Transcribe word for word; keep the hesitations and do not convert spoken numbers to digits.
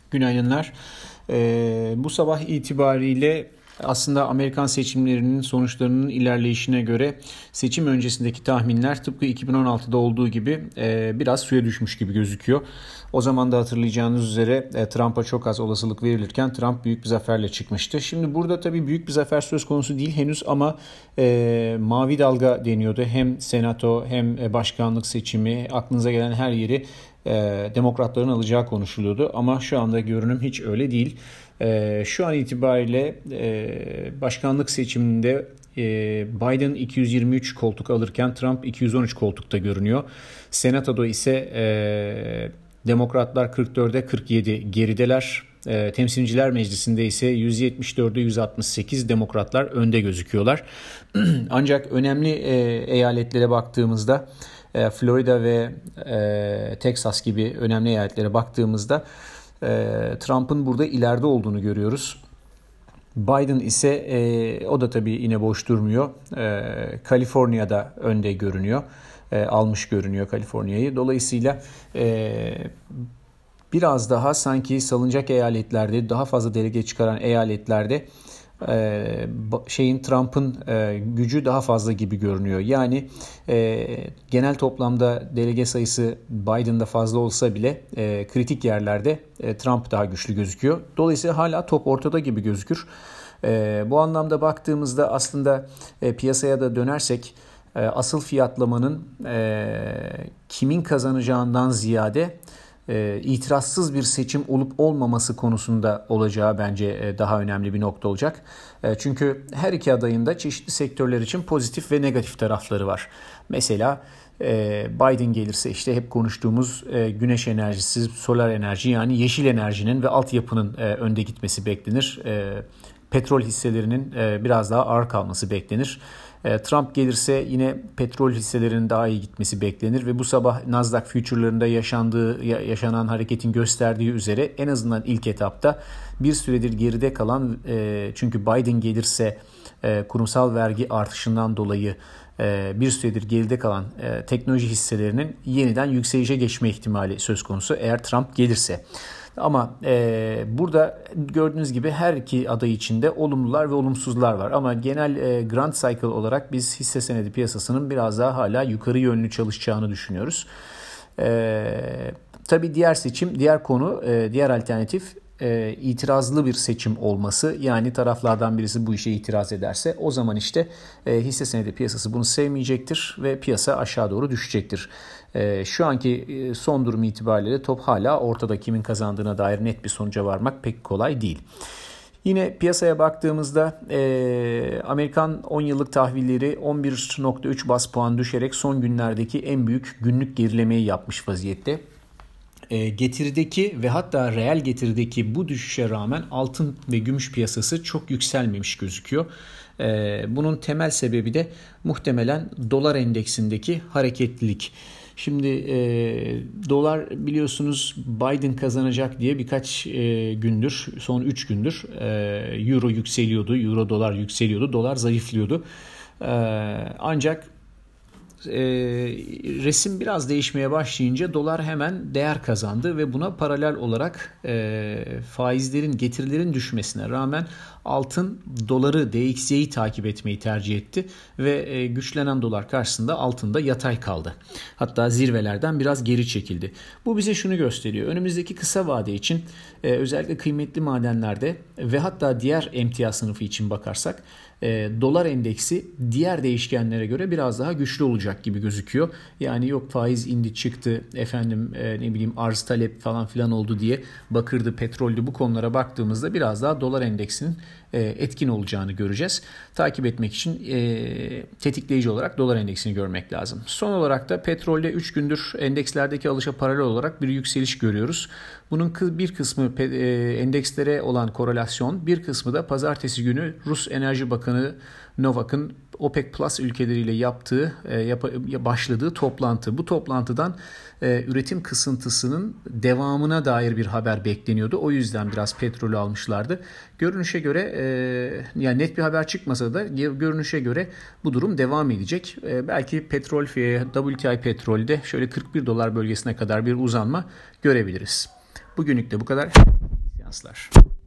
Günaydınlar. Ee, bu sabah itibariyle aslında Amerikan seçimlerinin sonuçlarının ilerleyişine göre seçim öncesindeki tahminler tıpkı iki bin on altıda olduğu gibi e, biraz suya düşmüş gibi gözüküyor. O zaman da hatırlayacağınız üzere e, Trump'a çok az olasılık verilirken Trump büyük bir zaferle çıkmıştı. Şimdi burada tabii büyük bir zafer söz konusu değil henüz ama e, mavi dalga deniyordu. Hem senato hem başkanlık seçimi, aklınıza gelen her yeri e, demokratların alacağı konuşuluyordu. Ama şu anda görünüm hiç öyle değil. E, şu an itibariyle e, başkanlık seçiminde e, Biden iki yüz yirmi üç koltuk alırken Trump iki yüz on üç koltukta görünüyor. Senatoda ise e, Demokratlar kırk dörde kırk yedi gerideler. E, Temsilciler Meclisi'nde ise yüz yetmiş dörde yüz altmış sekiz Demokratlar önde gözüküyorlar. Ancak önemli e, eyaletlere baktığımızda e, Florida ve e, Texas gibi önemli eyaletlere baktığımızda e, Trump'ın burada ileride olduğunu görüyoruz. Biden ise e, o da tabii yine boş durmuyor. E, Kaliforniya'da önde görünüyor. E, almış görünüyor Kaliforniya'yı. Dolayısıyla e, biraz daha sanki salınacak eyaletlerde, daha fazla delege çıkaran eyaletlerde e, şeyin Trump'ın e, gücü daha fazla gibi görünüyor. Yani e, genel toplamda delege sayısı Biden'da fazla olsa bile e, kritik yerlerde e, Trump daha güçlü gözüküyor. Dolayısıyla hala top ortada gibi gözükür. E, bu anlamda baktığımızda aslında e, piyasaya da dönersek asıl fiyatlamanın e, kimin kazanacağından ziyade e, itirazsız bir seçim olup olmaması konusunda olacağı bence e, daha önemli bir nokta olacak. E, çünkü her iki adayın da çeşitli sektörler için pozitif ve negatif tarafları var. Mesela e, Biden gelirse işte hep konuştuğumuz e, güneş enerjisi, solar enerji yani yeşil enerjinin ve altyapının e, önde gitmesi beklenir. E, petrol hisselerinin e, biraz daha ağır kalması beklenir. Trump gelirse yine petrol hisselerinin daha iyi gitmesi beklenir ve bu sabah Nasdaq Future'larında yaşandığı yaşanan hareketin gösterdiği üzere en azından ilk etapta bir süredir geride kalan çünkü Biden gelirse kurumsal vergi artışından dolayı bir süredir geride kalan teknoloji hisselerinin yeniden yükselişe geçme ihtimali söz konusu eğer Trump gelirse. Ama e, burada gördüğünüz gibi her iki aday içinde olumlular ve olumsuzlar var. Ama genel e, Grand Cycle olarak biz hisse senedi piyasasının biraz daha hala yukarı yönlü çalışacağını düşünüyoruz. E, tabii diğer seçim, diğer konu, e, diğer alternatif e, itirazlı bir seçim olması. Yani taraflardan birisi bu işe itiraz ederse o zaman işte e, hisse senedi piyasası bunu sevmeyecektir ve piyasa aşağı doğru düşecektir. E, şu anki son durum itibariyle top hala ortada, kimin kazandığına dair net bir sonuca varmak pek kolay değil. Yine piyasaya baktığımızda e, Amerikan on yıllık tahvilleri on bir nokta üç bas puan düşerek son günlerdeki en büyük günlük gerilemeyi yapmış vaziyette. E, getirideki ve hatta reel getirideki bu düşüşe rağmen altın ve gümüş piyasası çok yükselmemiş gözüküyor. E, bunun temel sebebi de muhtemelen dolar endeksindeki hareketlilik. Şimdi e, dolar biliyorsunuz Biden kazanacak diye birkaç e, gündür, son üç gündür e, euro yükseliyordu, euro dolar yükseliyordu, dolar zayıflıyordu. E, ancak e, resim biraz değişmeye başlayınca dolar hemen değer kazandı ve buna paralel olarak e, faizlerin, getirilerin düşmesine rağmen altın doları D X Y'yi takip etmeyi tercih etti ve e, güçlenen dolar karşısında altında yatay kaldı. Hatta zirvelerden biraz geri çekildi. Bu bize şunu gösteriyor. Önümüzdeki kısa vade için e, özellikle kıymetli madenlerde ve hatta diğer emtia sınıfı için bakarsak e, dolar endeksi diğer değişkenlere göre biraz daha güçlü olacak gibi gözüküyor. Yani yok faiz indi çıktı, efendim e, ne bileyim arz talep falan filan oldu diye bakırdı, petroldü, bu konulara baktığımızda biraz daha dolar endeksinin etkin olacağını göreceğiz. Takip etmek için e, tetikleyici olarak dolar endeksini görmek lazım. Son olarak da petrolde üç gündür endekslerdeki alışa paralel olarak bir yükseliş görüyoruz. Bunun bir kısmı e, endekslere olan korelasyon, bir kısmı da pazartesi günü Rus Enerji Bakanı Novak'ın OPEC Plus ülkeleriyle yaptığı, e, yap, başladığı toplantı. Bu toplantıdan e, üretim kısıntısının devamına dair bir haber bekleniyordu. O yüzden biraz petrolü almışlardı. Görünüşe göre e, yani net bir haber çıkmasa da görünüşe göre bu durum devam edecek. E, belki petrol W T I petrolde şöyle kırk bir dolar bölgesine kadar bir uzanma görebiliriz. Bugünlük de bu kadar. seanslar.